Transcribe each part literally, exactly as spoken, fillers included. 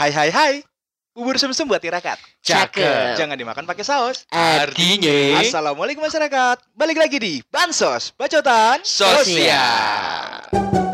Hai hai hai. Bubur sumsum buat tirakat. Cakep. Jangan dimakan pakai saus. Artinya Assalamualaikum masyarakat. Balik lagi di Bansos, Bacotan sosial.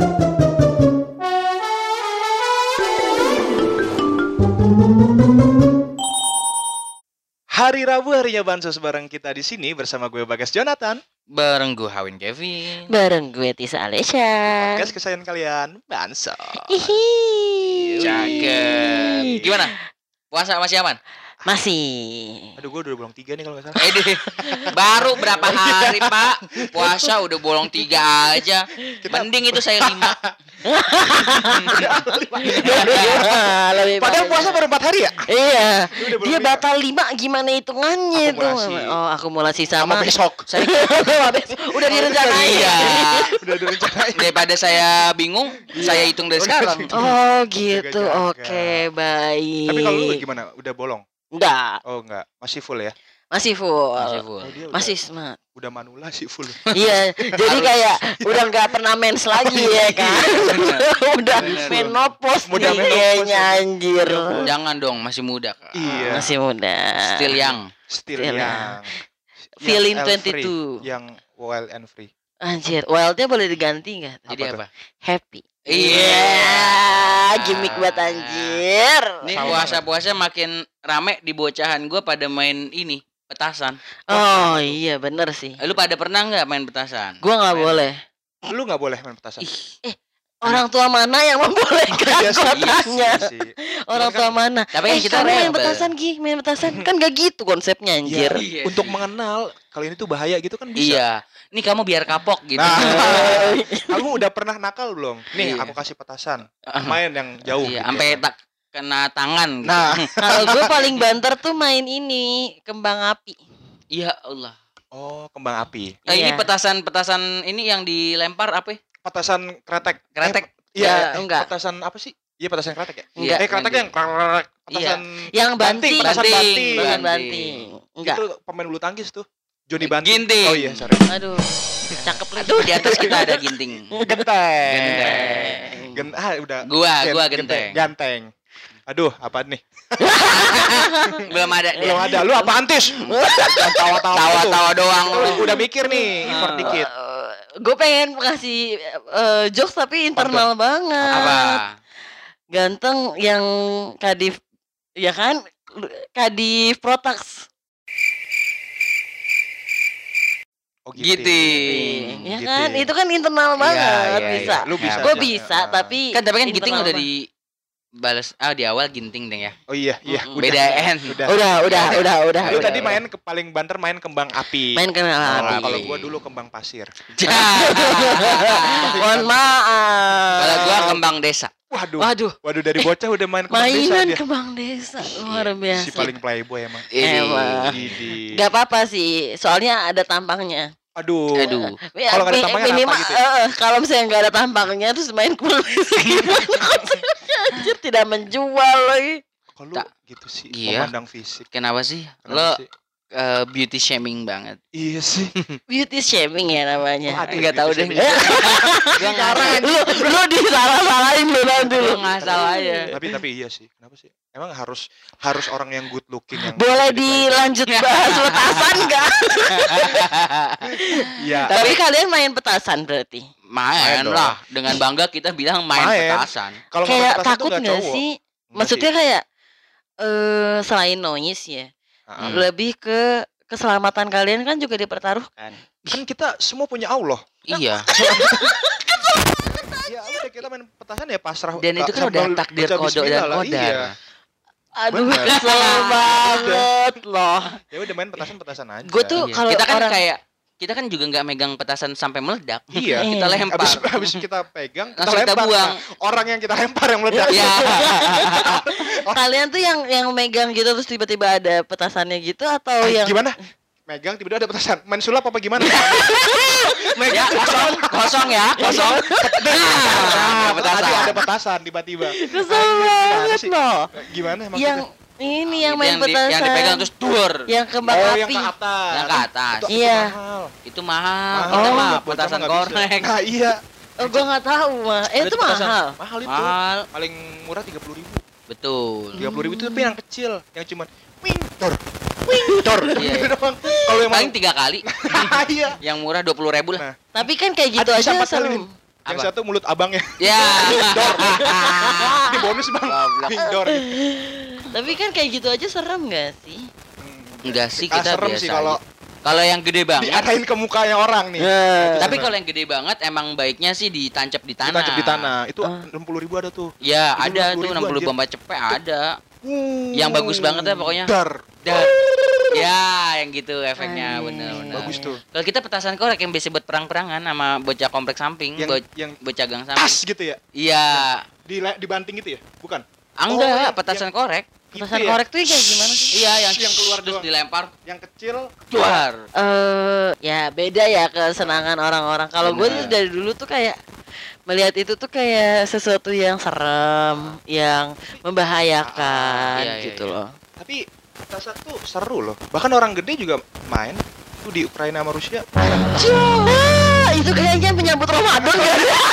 Hari Rabu harinya Bansos bareng kita di sini bersama gue Bagas Jonathan. Bareng gue Hawin Kevin. Bareng gue Tisa Alesya. Podcast kesayangan kalian, Bansos. Hihi. Cakep. Gimana? Puasa masih aman? Masih. Aduh, gue udah bolong tiga nih kalau nggak salah. Eh deh, baru berapa hari Pak? Puasa udah bolong tiga aja. Mending itu saya lima. Lebih Padahal baik. puasa baru empat hari ya? Iya. Udah belum Dia lima. batal lima gimana hitungannya itu? Akumulasi. Oh, akumulasi Sama sama. besok. Saya udah direncanain. Iya. Udah direncanain. Daripada saya bingung, saya hitung dari sekarang. Oh, gitu. Jaga-jaga. Oke, baik. Tapi kalau lu gimana? Udah bolong? enggak, Oh enggak, masih full ya? masih full. Masih full. Oh, dia udah, Masih smart. udah manula sih full. Iya, jadi kayak udah nggak pernah mens lagi ya kan. Udah Bener. menopause Mudah nih menopause kayaknya ya. anjir. Jangan dong, masih muda Kak. Iya. Masih muda. Still young. Still Still yang Feeling yang L free, dua puluh dua. yang wild and free. Anjir, wildnya boleh diganti nggak? Jadi Apa tuh? apa? Happy. Iya. Gimmick banget anjir. Ini Sama puasa-puasa makin rame di bocahan gue pada main ini petasan. Oh iya bener sih. Eh, Lu pada pernah nggak main petasan? Gua nggak Main. boleh. Lu nggak boleh main petasan. Eh orang tua mana yang membolehkan? Iya sih, Gua iya tanya. sih. Orang Cuman tua mana? Tapi eh, kan kita kamu main rebel. petasan Gi, main petasan kan gak gitu konsepnya anjir. Ya, Iya untuk sih. mengenal kalau ini tuh bahaya gitu kan bisa. Iya. Ini kamu biar kapok gitu. Nah, kamu udah pernah nakal belum? Nih, Iya. aku kasih petasan. Main yang jauh. Iya, gitu. sampai tak kena tangan. Gitu. Nah, Kalau gue paling banter tuh main ini kembang api. Ya Allah. oh, kembang api. Eh, Ini Iya. petasan-petasan ini yang dilempar apa? ya? Petasan kretek. Kretek. Eh, iya, Ya, eh, enggak. Petasan apa sih? Iya, petasan kretek ya? Enggak. Eh, kretek yang krek. Petasan Yang banting, petasan Banting. banting. Bukan Banting. banting. Enggak. Itu pemain bulu tangkis tuh. Joni Banting. Ginting. Oh iya, sorry. Aduh, cakep lagi. Aduh, di atas kita ada ginting. Genteng. Genteng. Gen ah, udah. Gua, Gen- gua genteng. Ganteng. Aduh, apa nih? Belum ada deh. Belum ada. Lu apaan, Tis? Jangan tawa-tawa. gitu. Tawa-tawa doang Lu lu. udah mikir nih, effort dikit. Gue pengen ngasih eh, jokes tapi internal banget. Apa? Ganteng yang Kadif, ya kan? Kadif Protax. Oh, Giting. Ya kan? Itu kan internal banget, iya, bisa. iya. Lu bisa Gue aja. bisa, Ah. tapi Kan tapi kan ginting internal udah banget. dibalas ah di awal ginting deh ya. Oh iya, iya. Mm-mm. Udah. Beda N. Udah. Udah, udah, udah, udah. Lu udah, tadi udah. main ke paling banter main kembang api. main kenal Oh, api. kalau gua dulu kembang pasir. Mohon maaf. Kalau gua kembang desa. Waduh. Waduh, Waduh, dari bocah udah main kembang desa mainan dia. kembang desa luar Si biasa. paling playboy emang. Emang. Di, Gak apa-apa sih, soalnya ada tampangnya. Aduh. Aduh. Ya, Kalau nggak ada mi- tampangnya minimal, apa gitu ya? eh, kalau misalnya nggak ada tampangnya terus main kembang desa gimana konsepnya? Anjir, tidak menjual lagi. Kalau lu Tak. gitu sih, Iya. memandang fisik. Kenapa sih? Kenapa Lo sih? eh, beauty shaming banget. Iya sih. Beauty shaming ya namanya. Oh, ada Enggak gitu tahu sih. deh. Gua ngarang. lu lu disalah-salahin lu nanti lu. Lu ngasal aja. Tapi tapi iya sih. Kenapa sih? Emang harus harus orang yang good looking yang Boleh jadi playboy. dilanjut bahas petasan nggak? Iya. Tapi kalian main petasan berarti? Main Main dong. lah. Dengan bangga kita bilang main, Main. petasan. Kalau nggak Kayak petasan tuh takut nggak nggak cowok. sih? Nggak Maksudnya sih. kayak eh selain noise ya, Ah, lebih ke keselamatan kalian kan juga dipertaruhkan. kan kita semua punya Allah. Iya. Ya udah kita main petasan ya pasrah. Dan itu kan sambil udah takdir baca kodok bismillah dan lah, kodar. Iya. Aduh, Bener. kesel banget loh. Ya udah main petasan-petasan aja. Gue tuh Iya. kalau kita kan orang kayak kita kan juga nggak megang petasan sampai meledak. Iya. Kita lempar. Habis habis kita pegang, kita Langsung kita lempar. buang. Nah, orang yang kita lempar yang meledak. Iya. kalian tuh yang yang megang gitu terus tiba-tiba ada petasannya gitu atau Eh, yang Gimana? Megang tiba-tiba ada petasan. Main sulap apa gimana? Ya, kosong, kosong ya, kosong. Nah, Nah, petasan. tadi ada petasan tiba-tiba. kesel Anjir, gimana banget sih? loh. Gimana maksudnya? Yang ini yang Itu main yang, di- petasan. yang dipegang terus dur. yang kembang oh, api. yang ke atas. Yang ke atas. Itu, Iya. itu mahal. Itu mahal. Mahal. Kita Oh, mah Bocah petasan mah nggak bisa. korek. Nah, iya. Oh, gua nggak tahu mah. Eh, Ada itu petasan. mahal. Mahal itu. Mahal. Paling murah tiga puluh ribu. Betul. tiga puluh ribu itu tapi yang kecil, yang cuman wing dor. Wing dor. Iya. Gitu doang. Kalau yang Paling tiga kali. iya. Yang murah dua puluh ribu lah. Nah, Tapi kan kayak gitu ada bisa aja empat kali, Min. serem. Yang Apa? satu mulut abangnya. Ya. Ini bonus Bang. Goblok. Wing dor. Tapi kan kayak gitu aja serem gak sih? Enggak sih, Ah, kita serem biasa sih kalau aja. Kalau yang gede banget. diarahin ke mukanya orang nih. Ya. Tapi kalau yang gede banget emang baiknya sih ditancap di tanah. Ditancap di tanah. Itu Ah. enam puluh ribu ada tuh. Ya, Itu ada tuh enam puluh ribu, enam puluh anjir. bomba cepet ada. Uh, Yang bagus banget ya pokoknya. Dar. Dan ya, yang gitu efeknya Anjing. bener-bener. Bagus tuh. Kalau kita petasan korek yang biasa buat perang-perangan sama bocah komplek samping, Yang bo- yang bocah gang tas samping. gitu ya. Iya. Di dibanting gitu ya? Bukan. Ah, Oh, enggak, yang- petasan korek. Petasan Gitu ya? korek tuh kayak gimana sih? Iya, yang yang keluar terus doang. dilempar Yang kecil keluar. Eh, ya beda ya kesenangan orang-orang. Kalau gue tuh Bener. dari dulu tuh kayak melihat itu tuh kayak sesuatu yang serem, yang membahayakan Ah, iya, iya, gitu iya. loh. tapi petasan tuh seru loh. Bahkan orang gede juga main tuh di Ukraina sama Rusia. Ah, itu kayaknya menyambut Ramadan ya.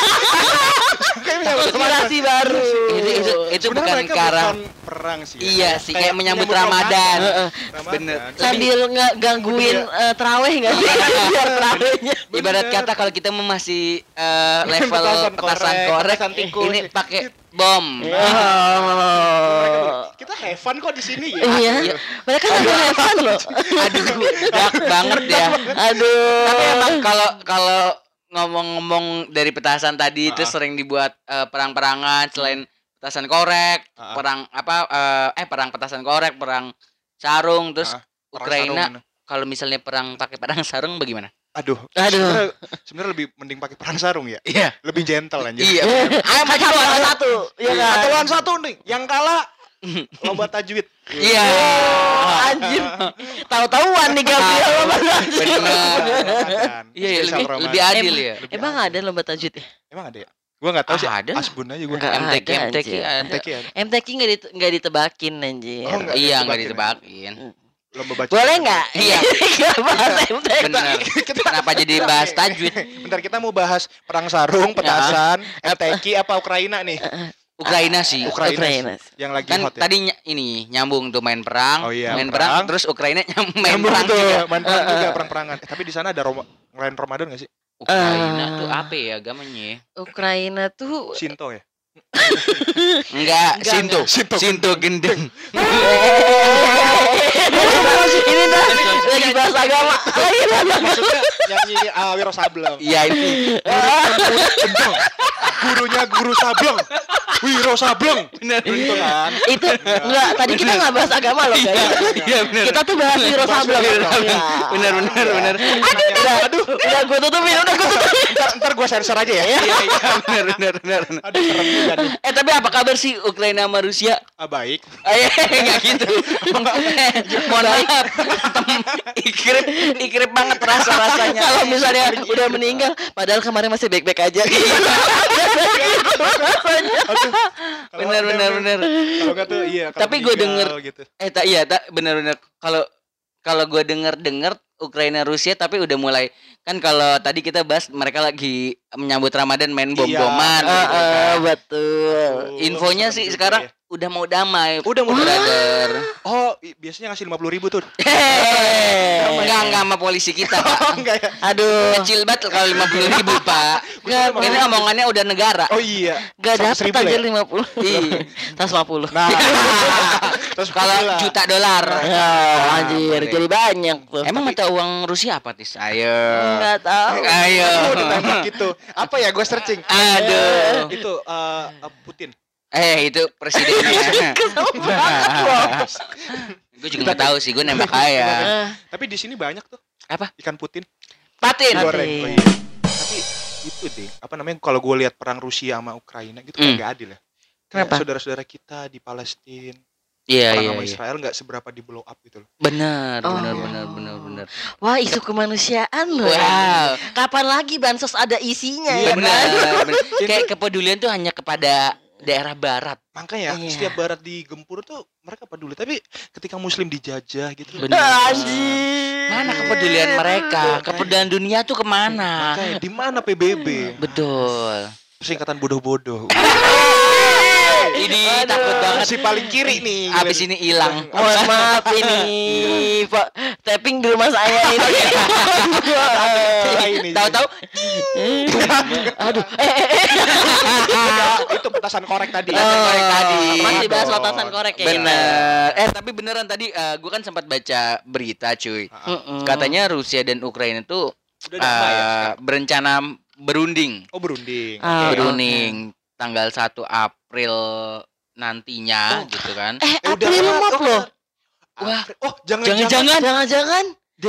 Konspirasi baru. Itu itu, itu Sebenarnya bukan mereka karena bukan perang sih. ya. Iya sih, kayak menyambut Ramadan. Heeh. Ramadan. Bener. Sambil nggak gangguin Bener eh, terawih nggak sih? Biar terawihnya. Ibarat Bener. kata kalau kita mau masih eh, level Petasan petasan korek, korek, petasan tikus. ini pakai bom. Mereka tuh, Oh. kita have fun kok di sini ya. Iya. Mereka sambil have fun loh. Aduh, dark banget ya. Aduh. Tapi emang kalau kalau ngomong-ngomong dari petasan tadi itu Ah. sering dibuat eh, perang-perangan selain petasan korek, Ah. perang apa eh, eh perang petasan korek, perang sarung, terus Ah, perang Ukraina sarung. kalau misalnya perang pakai perang sarung bagaimana? Aduh. Aduh. Sebenarnya sebenarnya lebih mending pakai perang sarung ya. Iya. Lebih gentle anjir. Iya. Ayo maju Satu lawan dua. satu. Iya kan? Satu lawan satu nih. Yang kalah lomba tajwid. Iya. Anjir. Tahu-tahuan nih Gabriel sama Najib. Benar. Ramadan. Iya, iya, Spesial lebih, Ramadan. lebih adil ya. Lebih Emang adil. ada lomba tajwid ya? Emang ada ya? Gua enggak tahu Ah, sih. ada. Asbun aja gua. Enggak. M T K ada, M T K anjir. ada. M T K ya? M T K nggak dit nggak ditebakin anjir. Oh, enggak. Iya, nggak ditebakin ditebakin. Lomba baca. Boleh nggak? Iya. Nggak bahas M T K. Benar. Kenapa jadi bahas tajwid? Bentar, kita mau bahas perang sarung, petasan, M T K apa Ukraina nih? Ukraina sih. Ukraina, Ukraina. yang lagi Kan hot ya. tadi ny- ini nyambung tuh main perang, Oh iya, main perang. perang, terus Ukraina nyam- main Nyambung perang tuh, juga. main perang juga perang-perangan. Eh, tapi di sana ada Roma, ngelain Ramadan gak sih? Ukraina Eh. tuh apa ya agamanya? Ukraina tuh Shinto ya? Enggak, Enggak, Sinto. enggak. Sinto gendeng. ini dah lagi bahas agama. Lagi bahas agama. Maksudnya nyanyi uh, Wiro Sableng. Iya ini. Gendeng. Gurunya guru Sableng. Wiro Sableng. Benar Gitu kan? Itu enggak, tadi kita enggak bahas agama loh guys. Iya benar. Kita tuh bahas Wiro Sableng. Wiro Sableng. Iya. Benar benar benar. Udah, aduh, udah gue tutupin, udah gue tutupin. Ntar, ntar gue sensor aja ya. Iya iya benar benar benar. Aduh, serem juga nih. Eh tapi apa kabar sih Ukraina sama Rusia? Ah, baik. Eh enggak gitu. Mohon maaf. Ikrip ikrip banget rasa-rasanya. Kalau misalnya udah meninggal, padahal kemarin masih baik-baik aja. Aduh, kalau Benar ada- benar benar. Kalau nggak tuh iya. kalau Tapi gue meninggal denger- gitu. Eh tak iya tak benar-benar kalau kalau gue denger dengar Ukraina Rusia tapi udah mulai kan kalau tadi kita bahas mereka lagi menyambut Ramadan main bom-boman Iya. gitu kan. Heeh, betul. Infonya serem sih juga sekarang ya. udah mau damai. Udah mau brother. Oh, i- biasanya ngasih lima puluh ribu tuh. Hehehe. Enggak enggak sama polisi kita. Oh, Pak. enggak ya? Aduh, Kecil banget kalau lima puluh ribu Pak. Nggak, Ini omongannya udah negara. Oh iya. gak seratus dapet ribu aja ya? lima puluh. Iya. seratus lima puluh. Nah. Terus Kalau gila. juta dolar. Ya, anjir, boleh. jadi banyak tuh. Emang mata uang Rusia apa tis? Ayo. Enggak tahu. Ayo. Oh, ditembak gitu. Apa ya? Gue searching. Aduh. Itu eh, eh, Putin. Eh itu presidennya. Gue juga nggak tahu sih, gue nembak aja. Eh, Tapi di sini banyak tuh Apa? ikan Putin Patin. Patin. goreng. Oh, iya. Tapi itu deh, apa namanya? Kalau gue lihat perang Rusia sama Ukraina gitu kan Hmm. nggak adil ya. Kenapa? Kayak saudara-saudara kita di Palestina, Iya perang iya. sama iya. Israel nggak seberapa di blow up gitu loh. Benar, Oh. benar, benar, benar, benar. Wah, isu kemanusiaan loh. Wow. Kapan lagi bansos ada isinya Iya, ya? Benar, kan? benar. Kayak kepedulian tuh hanya kepada daerah barat. Makanya Iya. setiap barat digempur tuh mereka peduli. Tapi ketika Muslim dijajah gitu, Benar. Anjir. Mana kepedulian mereka? Kepedulian dunia tuh kemana? makanya di mana P B B? Betul. Singkatan bodoh-bodoh. Ini Aduh. takut banget. Si paling kiri nih. Abis ini hilang. Mohon maaf ini Pak tapping di rumah saya ini. ini. Tahu-tahu Aduh. Eh, eh, eh. Enggak, itu petasan korek tadi. Petasan korek tadi. Masih bahas Dong. petasan korek ya. bener. Eh tapi beneran tadi uh, gue kan sempat baca berita cuy. Mm-mm. Katanya Rusia dan Ukraina tuh Udah damai ya uh, sekarang? berencana berunding. Oh, berunding. Ah, berunding tanggal satu April nantinya Oh. gitu kan. Eh, Eh, udah April lewat, Mop oh, loh. Wah, Oh, jangan-jangan. jangan-jangan Jangan-jangan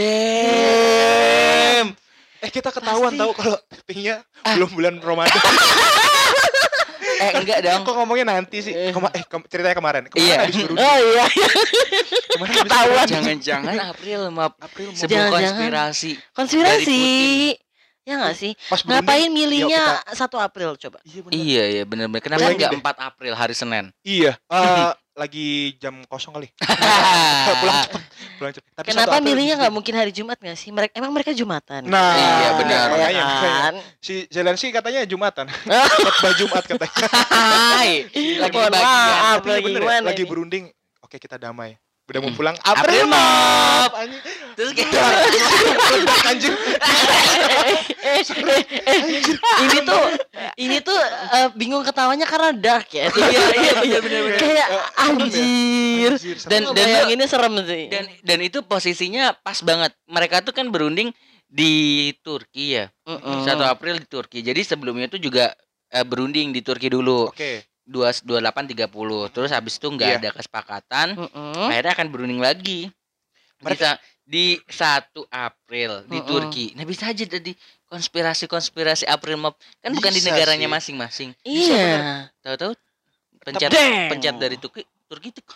Damn. Eh, kita ketahuan Pasti. tahu kalau tappingnya Ah. belum bulan Ramadan. Eh enggak dong. Kok ngomongnya nanti sih? Kema eh kem- ceritanya kemarin. Kemarin Iya. habis berunding. Oh iya. Kemarin habis Ketahuan. berunding. Jangan-jangan April Map. April mau Sebuah Jangan-jangan. konspirasi. Konspirasi. Dari Ya nggak sih? pas berunding. Ngapain milihnya Yuk, satu April coba? Iya benar. Iya iya benar-benar. Kenapa Bayangin enggak deh. empat April hari Senin? Iya. Eh, lagi jam kosong kali. pulang cepet. Pulang cepet. Tapi satu Kenapa April milihnya bisa. nggak mungkin hari Jumat nggak sih? Mereka emang mereka Jumatan. Nah, Iya, benar. Ya Makanya, makanya. kan? Si Zelensky katanya Jumatan. Khotbah Jumat katanya. Hai. Lagi Mohon bagian. maaf. Tapi lagi bener ya, gimana lagi ini? berunding. Oke, kita damai. Udah mau Hmm. pulang. April Mop. Anjing. Terus kayak Meledak, anjing. Eh, eh, eh, ini tuh ini tuh eh, bingung ketawanya karena dark ya. Iya, iya, bener, bener, bener. Kayak Eh, serem ya? anjir. Anjir, serem. Dan dan ini serem sih. dan dan itu posisinya pas banget. Mereka tuh kan berunding di Turki ya. Mm-mm. satu April di Turki. Jadi sebelumnya tuh juga eh, berunding di Turki dulu. Oke. dua puluh delapan tiga puluh. Terus habis itu nggak Iya. ada kesepakatan. Mm-mm. Akhirnya akan berunding lagi. Bisa di satu April di Mm-mm. Turki. Nah bisa aja tadi konspirasi-konspirasi April Mop. Kan bukan di Bisa negaranya sih. masing-masing. Iya. Tahu-tahu pencet Damn. pencet dari Turki Turki itu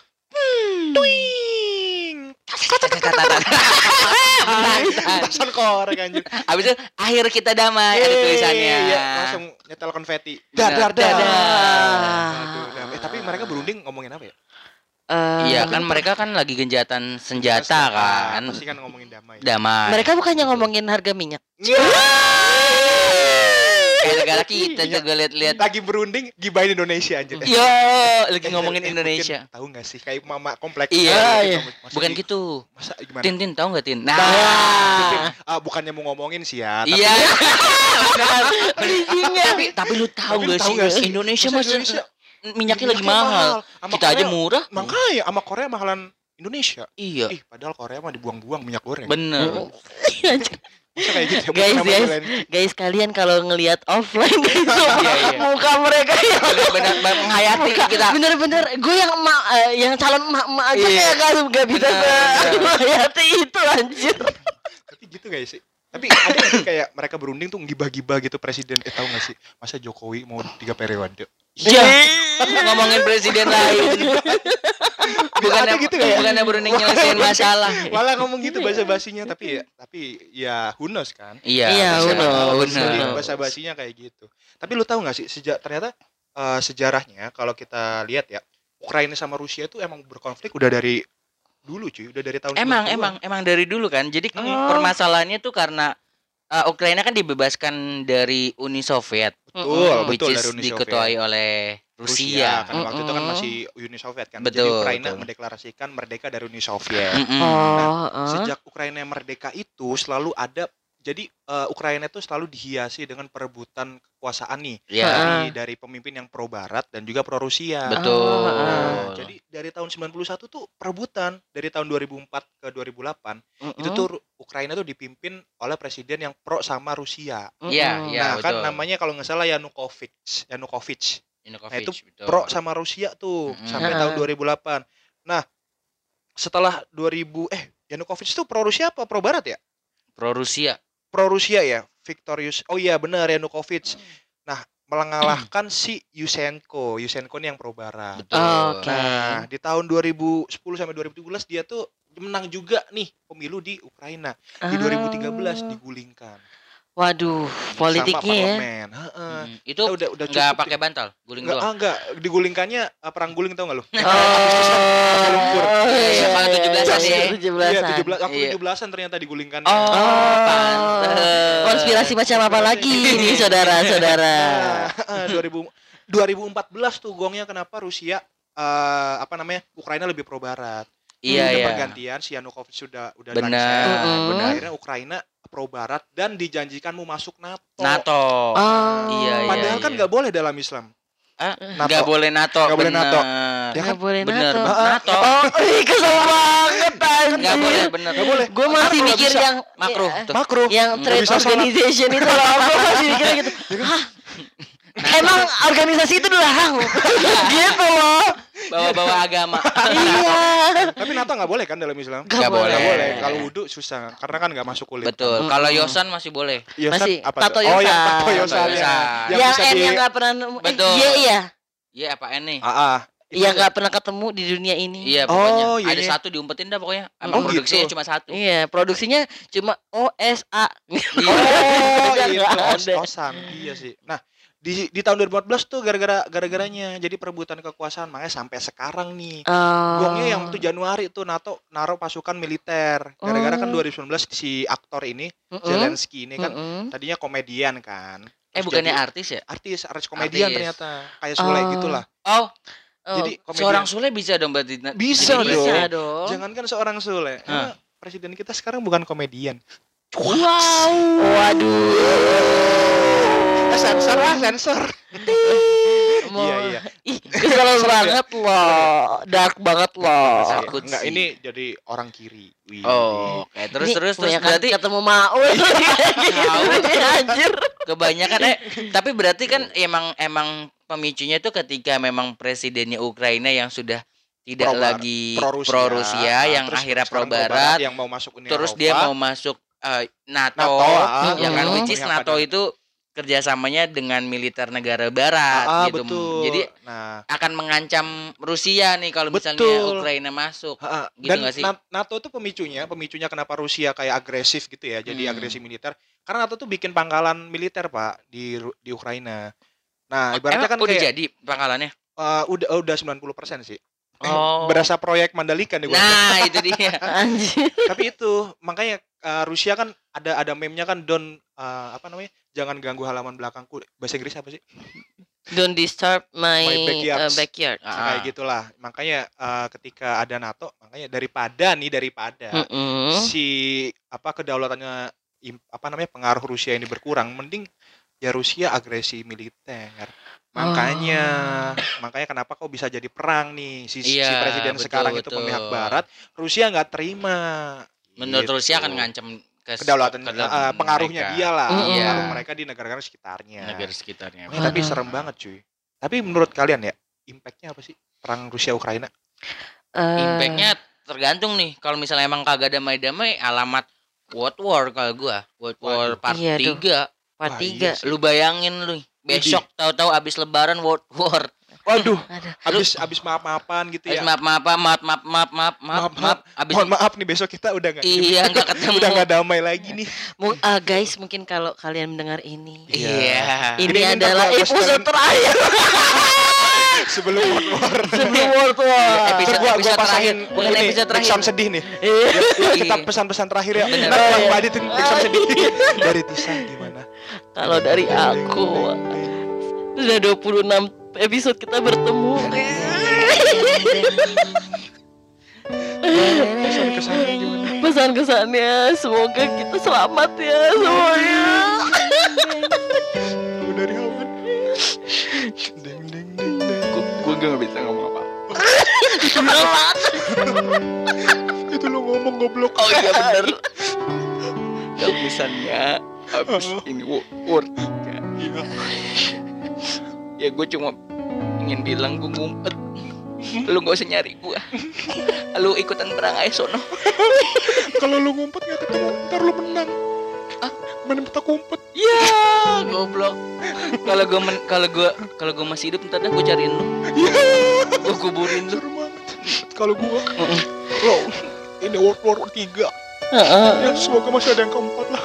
Twing. Petasan korek anjing. habis itu akhir kita damai ada tulisannya. Iya, langsung nyetel konfeti. Benar. Dar dar dar. Dadah. Aduh, damai. Eh, tapi mereka berunding ngomongin apa ya? Eh, Iya kan mereka kan lagi genjatan senjata kan. Pasti kan ngomongin damai. Damai. mereka bukannya ngomongin harga minyak. kayak negara kita Iya. juga lihat-lihat. Lagi berunding gibahin Indonesia anjir. Yo, lagi Eh, ngomongin eh, Indonesia. mungkin tahu nggak sih kayak mama kompleks. Iya, Ah, iya. Masa Bukan di- gitu. Masa gimana? Tin Tin tahu nggak Tin? Nah, Nah. Ah, bukannya mau ngomongin sih ya. tapi- iya. Bridging-nya. tapi tapi lu tahu Tapi lu nggak tahu sih, nggak sih? Indonesia Masa masih Indonesia minyaknya lagi minyaknya mahal. Sama Kita aja Korea- murah. Makanya sama Korea mahalan Indonesia. Iya, Ih, padahal Korea mah dibuang-buang minyak goreng. bener. Masa kayak gitu ya? Guys, Sama guys. kalian. Guys kalian kalau ngelihat offline gitu Iya, iya. muka mereka ya Bener-bener menghayati Muka- kita. bener-bener gue yang emak eh, yang calon emak-emak aja Iya. kayak gak, gak bisa Bener, bener. menghayati itu anjir. Tapi gitu guys sih. Tapi ada nggak sih kayak mereka berunding tuh gibah-gibah gitu presiden. Eh tahu nggak sih? Masa Jokowi mau tiga periode? Iya. Ngomongin presiden lain. Bukannya Ada gitu nggak ya? bukannya berunding nyelesain masalah. Malah ngomong gitu basa-basinya tapi ya tapi ya who knows kan? Iya, Iya, bener, bener, bener. Jadi bener. basa-basinya kayak gitu. Tapi lu tahu nggak sih sejak ternyata eh, sejarahnya kalau kita lihat ya Ukraina sama Rusia itu emang berkonflik udah dari dulu cuy, udah dari tahun Emang sembilan puluhan. emang emang dari dulu kan. Jadi Oh. permasalahannya tuh karena uh, Ukraina kan dibebaskan dari Uni Soviet, betul, which betul is dari Uni diketuai Soviet. oleh Rusia Rusia. kan waktu itu kan Mm-mm. masih Uni Soviet kan. Jadi Betul, Ukraina betul. mendeklarasikan merdeka dari Uni Soviet. Mm-mm. Oh, eh. Sejak Ukraina merdeka itu selalu ada jadi eh, Ukraina itu selalu dihiasi dengan perebutan kekuasaan nih Ya, Ah. dari dari pemimpin yang pro barat dan juga pro Rusia. betul. Nah, jadi dari tahun sembilan puluh satu tuh perebutan dari tahun dua ribu empat ke dua ribu delapan Mm-mm. itu tuh Ru- Ukraina tuh dipimpin oleh presiden yang pro sama Rusia. Iya, Mm-mm. iya. nah, kan betul. namanya kalau nggak salah Yanukovych, Yanukovych. Yanukovych, Nah, itu betul. Pro sama Rusia tuh Mm-mm. sampai Ah. tahun dua ribu delapan. Nah, setelah dua ribu eh Yanukovych tuh pro Rusia apa pro barat ya? Pro Rusia. Pro Rusia ya, Victorius. Oh iya benar Yanukovych. Nah, mengalahkan si Yushchenko. Yushchenko ini yang pro barat. Betul. Oke. Nah, di tahun dua ribu sepuluh sampai dua ribu tujuh belas dia tuh menang juga nih pemilu di Ukraina. Di dua ribu tiga belas Ah. digulingkan. Waduh, politiknya ya. sama parlemen. Heeh. Mm, Kita Itu udah udah nggak cukup pakai deh. bantal, guling Enggak, doang. ah, enggak, digulingkannya uh, perang guling tau enggak lu? lumpur. Oh, Iya, kalau tujuh belasan ya. tujuh belasan. Iya, tujuh belas waktu Iya. tujuh belasan ternyata digulingkan. Oh, Oh, pantes. konspirasi macam apa lagi nih saudara-saudara? Nah, dua ribu dua ribu empat belas tuh gongnya kenapa Rusia eh, apa namanya Ukraina lebih pro barat. Iya Udah iya. pergantian si Yanukovych sudah udah Benar, lengser. Mm-mm. benar. Akhirnya Ukraina pro barat dan dijanjikan mau masuk NATO. NATO. Oh. Iya, iya. Padahal kan nggak boleh dalam Islam. Ah, NATO. nggak boleh NATO. Nggak boleh bener. NATO. Nggak Ya kan? boleh Bener. NATO. NATO. Oh, ih, kesel banget anjir. Nggak boleh, bener. Nggak boleh. Gue masih Makro nggak mikir bisa. yang Makro. ya, Tuh. Makro. yang Nggak trade bisa sholat. organization itu loh. Gue masih mikir gitu. Hah? Emang organisasi itu dilarang? Gitu loh. Bawa-bawa agama. Iya. Tapi NATO nggak boleh kan dalam Islam? Nggak Nggak boleh. Nggak boleh. Kalau wudhu susah karena kan nggak masuk kulit. Betul. Mm-mm. Kalau Yosan masih boleh. Yosan Masih, apa tato tuh? Oh, yang Yosan. tato Yosan Tato ya. Yosan. Yang Yang bisa N di yang nggak pernah nemu. Eh, Betul. Iya iya. Iya apaan nih? Ah, ah. Itu Yang nggak pernah ketemu di dunia ini. Iya pokoknya. Oh, iya, Ada iya. satu diumpetin dah pokoknya. Emang Oh, produksinya gitu. cuma satu. Iya, produksinya cuma O S A. Oh, Udah itu nggak os ada. osan. Iya sih. Nah, di di tahun dua ribu empat belas tuh gara-gara gara-garanya jadi perebutan kekuasaan makanya sampai sekarang nih. Oh. Gongnya yang tuh Januari tuh NATO naruh pasukan militer. Gara-gara kan Oh. dua ribu sembilan belas si aktor ini Mm-mm. Zelensky ini kan Mm-mm. tadinya komedian kan. Eh Terus bukannya jadi artis ya? artis, artis komedian Artis. ternyata. Kayak Sule Oh. gitulah. Oh, Oh, Jadi komedian. seorang Sule bisa dong berarti. Bisa jadi dong. bisa presiden. dong. Jangankan seorang Sule. Karena presiden kita sekarang bukan komedian. Wow. Waduh. Eh, sensor lah, sensor. Mau- Iya, iya. Ih, kesel banget loh. Dark banget loh. Takut Enggak, sih. ini jadi orang kiri. Wih. Oh, oke. Terus Ini terus terus kebanyakan berarti ketemu Maul. Anjir. kebanyakan eh tapi berarti kan emang emang pemicunya itu ketika memang presidennya Ukraina yang sudah tidak Pro bar- lagi pro Rusia, pro Rusia Nah, yang terus akhirnya pro sekarang barat, yang mau masuk Uni terus Eropa. dia mau masuk eh, NATO, NATO, ah, ya kan mm, which is memihak NATO pada- itu kerjasamanya dengan militer negara barat Ah, ah, gitu. betul. Jadi nah, akan mengancam Rusia nih kalau misalnya Betul. Ukraina masuk. ah, ah. Gitu dan nggak sih? Na- NATO tuh pemicunya, pemicunya kenapa Rusia kayak agresif gitu ya, jadi Hmm. agresi militer. Karena NATO tuh bikin pangkalan militer, Pak, di Ru- di Ukraina. Nah, ibaratnya Emang kan udah kayak jadi pangkalannya? eh, udah udah sembilan puluh persen sih. Oh. Berasa proyek Mandalika nih gua. Nah, itu dia. Anjir. Tapi itu makanya eh, Rusia kan ada ada meme-nya kan don eh, apa namanya? Jangan ganggu halaman belakangku. Bahasa Inggris apa sih? Don't disturb my, My backyard. uh, backyard. Nah, Ah. kayak gitulah. Makanya eh, ketika ada NATO, makanya daripada nih daripada Mm-mm. si apa kedaulatannya im- apa namanya pengaruh Rusia ini berkurang, mending ya Rusia agresi militer. Makanya makanya kenapa kok bisa jadi perang nih si, si Iya, presiden betul, sekarang itu betul. pemihak barat, Rusia nggak terima. Menurut Gitu. Rusia akan ngancam ke kedaulatan kedaulatan eh, pengaruhnya mereka. dia lah, Mm-mm. pengaruh Iya. mereka di negara-negara sekitarnya. negara sekitarnya. Eh, tapi serem banget cuy. Tapi menurut kalian ya, impactnya apa sih perang Rusia Ukraina? Eh, Impactnya tergantung nih. Kalau misalnya emang kagak damai-damai, alamat World War kalau gua. World War Waduh. Part Iya, tuh. tiga. part Wah, tiga. iya sih. Lu bayangin lu besok tahu-tahu abis lebaran World War. Waduh, Aduh. habis habis maaf-maafan gitu Abis ya. maaf maaf maaf maaf maaf maaf maaf Maaf, maaf abis Mohon maaf nih besok kita udah nggak iya nggak ketemu. udah nggak damai lagi nih. Mu- ah, guys, mungkin kalau kalian mendengar ini, Iya. ini, Ini minta adalah gua episode posterin. terakhir Sebelum World War. sebelum World War. Episode- Ntar gua, gua episode pasangin terakhir. Bukan ini, episode terakhir. backsound sedih nih. Iya. Ya, ya, kita Iya. pesan-pesan terakhir ya. Bener. Ntar Oh, Bang iya. Baditin backsound sedih dari Tisa gimana? Kalau dari aku, sudah dua puluh enam episode kita bertemu. Kesan-kesannya gimana? Pesan-kesannya semoga kita selamat ya semuanya. Lagu dari Hawan. Deng deng deng deng. Gue gak bisa ngomong apa. Itu lo ngomong goblok. Oh iya bener. Kepusannya abis ini World Iya. ya gue cuma ingin bilang gue ngumpet. Lu gak usah nyari gue. Lu ikutan perang aja sono. Kalau lu ngumpet nggak ketemu, ntar lu menang. Ah? Main petak umpet. Ya, goblok. Kalau gue men- kalau gue kalau gue masih hidup ntar dah gue cariin lu. Gue kuburin lu. Seru banget. Kalau gua, lo ini World War tiga. Ya semoga masih ada yang keempat lah.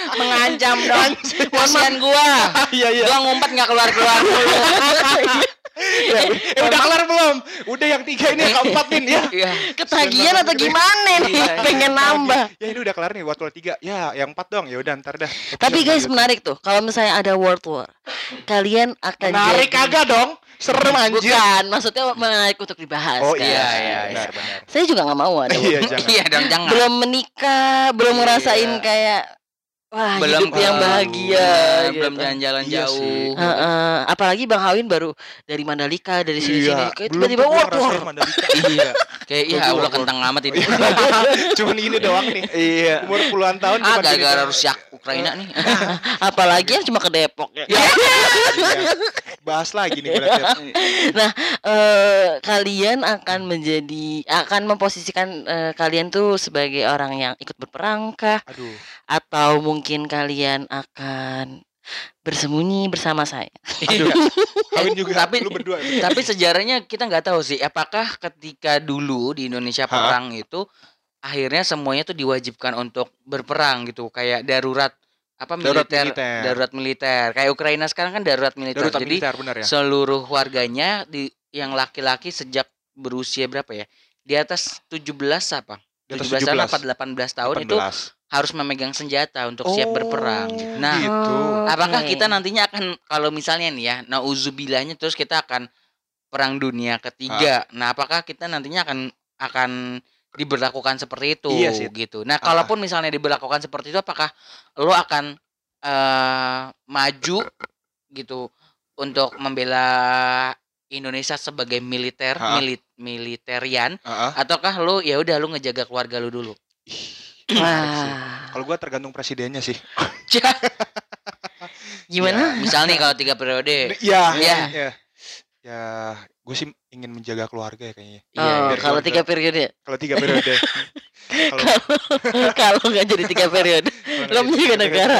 Mengancam dong. Kasian gua. Iya iya. Gua ngumpet nggak keluar keluar dulu. Ya, eh, udah kelar belum? Udah yang tiga ini yang keempat nih ya. Iya. Ketagihan atau gimana nih? Iya. Pengen nambah. Ya ini udah kelar nih buat tiga. Ya, yang empat dong. Ya udah ntar dah. Tapi Episode guys selanjutnya. menarik tuh. Kalau misalnya ada World War, kalian akan Menarik jadi- kagak dong? Serem anjir. Bukan, maksudnya menarik untuk dibahas. Oh kan? iya, iya, benar benar. Saya juga nggak mau ada. Iya, jangan. Iya dong, jangan. Belum menikah, belum Iya. ngerasain kayak wah belum hidup yang tahu. bahagia. Nah, gitu. belum jalan-jalan Iya jauh. sih. Heeh, apalagi Bang Hawin baru dari Mandalika dari sini-sini, Iya, kayak belum tiba-tiba tuh gua World War. ngerasain Mandalika. Iya. Kayak ya Gua Allah World War. kentang amat ini. Cuman ini doang nih. Iya. Umur puluhan tahun Ah, cuman gini gara-gara doang. Rusia Ukraina nih. Apalagi yang cuma ke Depok ya. Iya. Bahas lagi nih berarti. Nah, eh, kalian akan menjadi akan memposisikan eh, kalian tuh sebagai orang yang ikut berperang kah? Aduh. Atau mungkin kalian akan bersembunyi bersama saya? Aduh. Kawin juga Tapi- lu berdua. Tapi sejarahnya kita nggak tahu sih, apakah ketika dulu di Indonesia Hah? perang itu akhirnya semuanya tuh diwajibkan untuk berperang gitu, kayak darurat apa Darurat militer, militer. darurat militer. Kayak Ukraina sekarang kan darurat militer. Darurat Jadi militer benar ya. seluruh warganya di yang laki-laki sejak berusia berapa ya? Di atas tujuh belas apa? Di atas tujuh belas tahun tujuh belas. apa delapan belas tahun itu delapan belas. harus memegang senjata untuk siap Oh, berperang. Nah, gitu. apakah Oke. kita nantinya akan kalau misalnya nih ya, nauzubillahnya terus kita akan perang dunia ketiga. Nah, apakah kita nantinya akan akan diberlakukan seperti itu Iya sih. gitu. Nah, Ah. kalaupun misalnya diberlakukan seperti itu, apakah lo akan eh, maju gitu untuk membela Indonesia sebagai militer, Ah. milit militarian, Heeh. ataukah lo ya udah lo ngejaga keluarga lo dulu? Wah, Kalau gua tergantung presidennya sih. gimana? Misal nih kalau tiga periode. Iya. Iya. Ya. Ya, gue sih ingin menjaga keluarga ya kayaknya. Iya, Oh, biar kalau keluarga- tiga periode. Kalau tiga periode. Kalau Kalau nggak jadi tiga periode, kalau lo nggak menjaga jadi negara.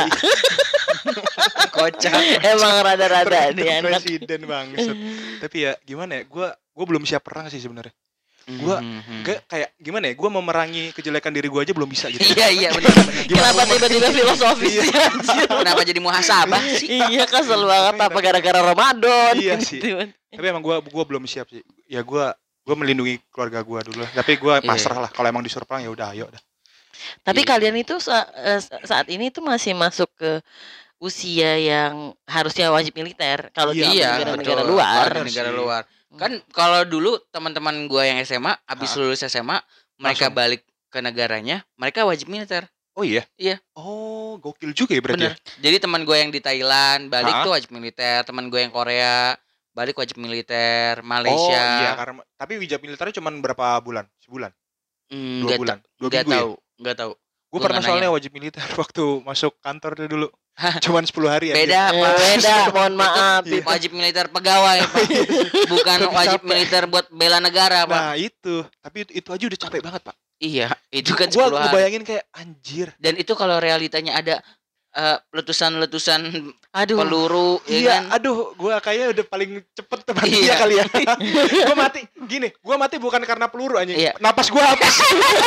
Kocak. Emang rada-rada tergantung nih anak. presiden banget. Tapi ya gimana ya? Gua gua belum siap perang sih sebenarnya. Gua Mhm. Gak kayak gimana ya? Gua memerangi kejelekan diri gua aja belum bisa gitu. Iya iya benar. Kenapa tiba-tiba filosofis sih anjir? Kenapa jadi muhasabah sih? Iya kesel banget apa gara-gara Ramadan. Iya sih. Gitu. Tapi emang gua gua belum siap sih. Ya gua gua melindungi keluarga gua dulu lah. Tapi gua Iya. pasrah lah. Kalau emang disuruh perang ya udah ayo dah. Tapi Iya. kalian itu sa- eh, saat ini tuh masih masuk ke usia yang harusnya wajib militer kalau Iya, di Iya, negara-negara betul. luar. Ada negara sih. luar. Kan kalau dulu teman-teman gua yang S M A habis Hah? lulus S M A, mereka Langsung. balik ke negaranya, mereka wajib militer. Oh iya? Iya. Oh, gokil juga ya berarti. Bener. Jadi teman gue yang di Thailand balik Hah? tuh wajib militer, teman gue yang Korea balik wajib militer, Ya? Malaysia. Oh iya, karena tapi wajib militernya cuma berapa bulan? Sebulan? Hmm, Dua nggak bulan? ta- Dua nggak minggu ya? tahu, nggak tahu. Gue Gua pernah nggak soalnya nanya. wajib militer waktu masuk kantor tuh dulu. Cuman sepuluh hari aja. Beda, Eh, Pak. beda, mohon maaf. Iya. Wajib militer pegawai, Pak. Bukan Tapi wajib capek. militer buat bela negara, Pak. Nah itu, tapi itu, itu aja udah capek banget pak. Iya, itu kan Gua sepuluh hari. ngebayangin kayak anjir. Dan itu kalau realitanya ada eh, letusan-letusan Aduh. peluru, ya Iya, kan? aduh, gua kayaknya udah paling cepet teman Iya. dia kali ya. Gua mati, gini, gua mati bukan karena peluru anjing. Iya. Napas gua habis.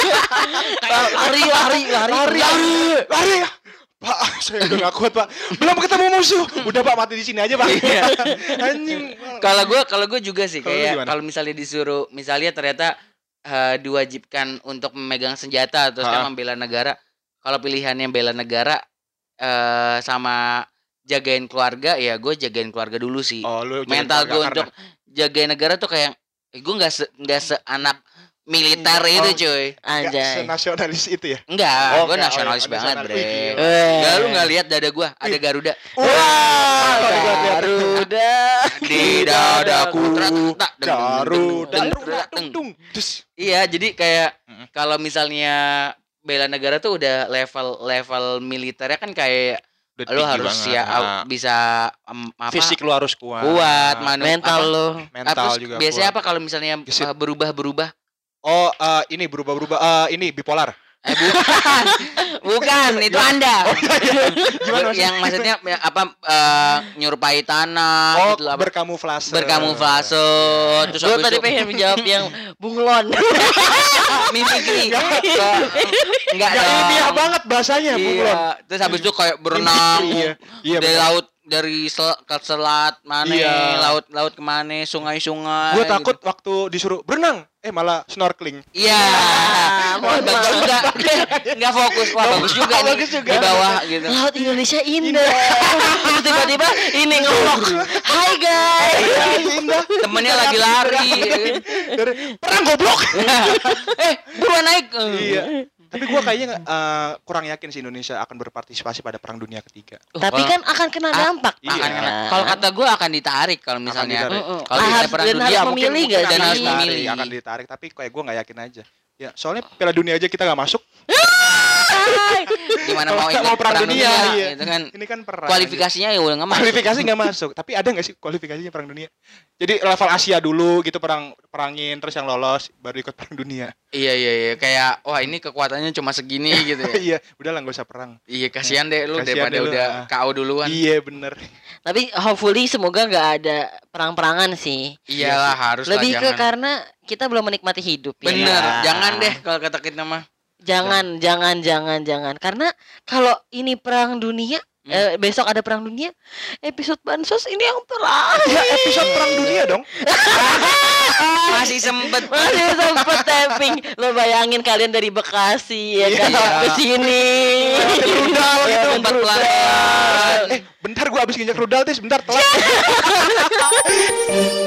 Lari, lari, lari, lari, lari, lari. Pak, saya udah gak kuat pak. Belum ketemu musuh. Udah pak mati di sini aja pak. Iya. Anjing. Kalau gue kalau gue juga sih Kalau lu kayak gimana? kalau misalnya disuruh misalnya ternyata eh, diwajibkan untuk memegang senjata atau Ha. membela negara. Kalau pilihannya bela negara eh sama jagain keluarga ya gue jagain keluarga dulu sih. Oh, lu jangan Mental gue keluarga untuk jagain negara tuh kayak eh, gue nggak se nggak seanak militer Enggak, itu oh. cuy. karena nggak Anjay. senasionalis itu ya. Enggak, Oh, gue enggak, nasionalis oh, iya, banget, nasionalis. bre. Wih, gila. Eh. Enggak, lu nggak lihat dada gue ada Garuda Wah, Garuda. di dadaku. Trak, tak, deng, deng, deng, Garuda, deng, Garuda, deng, dung, deng. dung. Des. Iya, jadi kayak Mm-mm. kalau misalnya bela negara tuh udah level level militernya kan kayak Udah lu tinggi harus banget. ya Nah, au- bisa em, apa fisik lu harus kuat. kuat, manu, Mental apa, lo. mental terus juga biasanya kuat. apa kalau misalnya Gesit. uh, berubah-berubah? Oh, eh, ini berubah-berubah. Eh, ini bipolar. Eh, bukan, bukan itu Anda. Gimana Yang maksudnya ya, apa eh, nyerupai tanah Oh, gitu apa? berkamuflase. Berkamuflase. Terus Gue habis tadi itu pengen menjawab yang bunglon. mimikri. Enggak Gak dong. ilmiah banget bahasanya, bunglon. Iya, terus habis itu kayak berenang Iya, iya di bener. laut dari sel ke selat mana, Iya. laut-laut kemana, sungai-sungai. Gue takut gitu. waktu disuruh berenang, eh malah snorkeling. Iya. Ya, Wah, mohon bagus maaf. juga. Enggak fokus. Wah, bagus juga nih. Bagus juga. Di bawah gitu. Laut Indonesia indah. Terus tiba-tiba ini ngomong, "Hai guys." Indah. Temennya lagi lari. Dari perang goblok. eh, buruan naik. Iya. Tapi gue kayaknya eh, kurang yakin sih Indonesia akan berpartisipasi pada perang dunia ketiga. Tapi kan akan kena dampak. Iya. Akan kena. Kan? Kalau kata gue akan ditarik kalau misalnya. ditarik. Mm-mm. Kalau Ah, kita harus- perang dan dunia harus mungkin memilih mungkin gak akan dan harus ditarik, memilih. akan ditarik, tapi kayak gue nggak yakin aja. Ya, soalnya Piala Dunia aja kita nggak masuk. Hai. Gimana mau Kalau ikut mau perang dunia, iya. gitu kan. Ini kan perang. Kualifikasinya ya udah nggak masuk. Kualifikasi nggak masuk. Tapi ada nggak sih kualifikasinya perang dunia? Jadi level Asia dulu gitu perang perangin, terus yang lolos baru ikut perang dunia. Iya iya iya kayak wah ini kekuatannya cuma segini gitu ya. Iya, udahlah nggak usah perang. Iya kasihan deh lu Kasihan daripada deh lu, udah ah. K O duluan. Iya bener. Tapi hopefully semoga nggak ada perang-perangan sih. Iyalah harus lah Lebih ke jangan. karena kita belum menikmati hidup ya. Bener, Ya. jangan deh kalau kata kita mah. Jangan, jangan, jangan, jangan. Karena kalau ini perang dunia, Hmm. eh, besok ada perang dunia, episode bansos ini yang terakhir. Ya episode perang dunia dong. Masih sempet. Masih sempet tapping. Lo bayangin kalian dari Bekasi ya kan Iya. ke sini. Rudal Ya, gitu. tempat rudal. pelan. Eh, bentar gua habis nginjak rudal tis, bentar telat.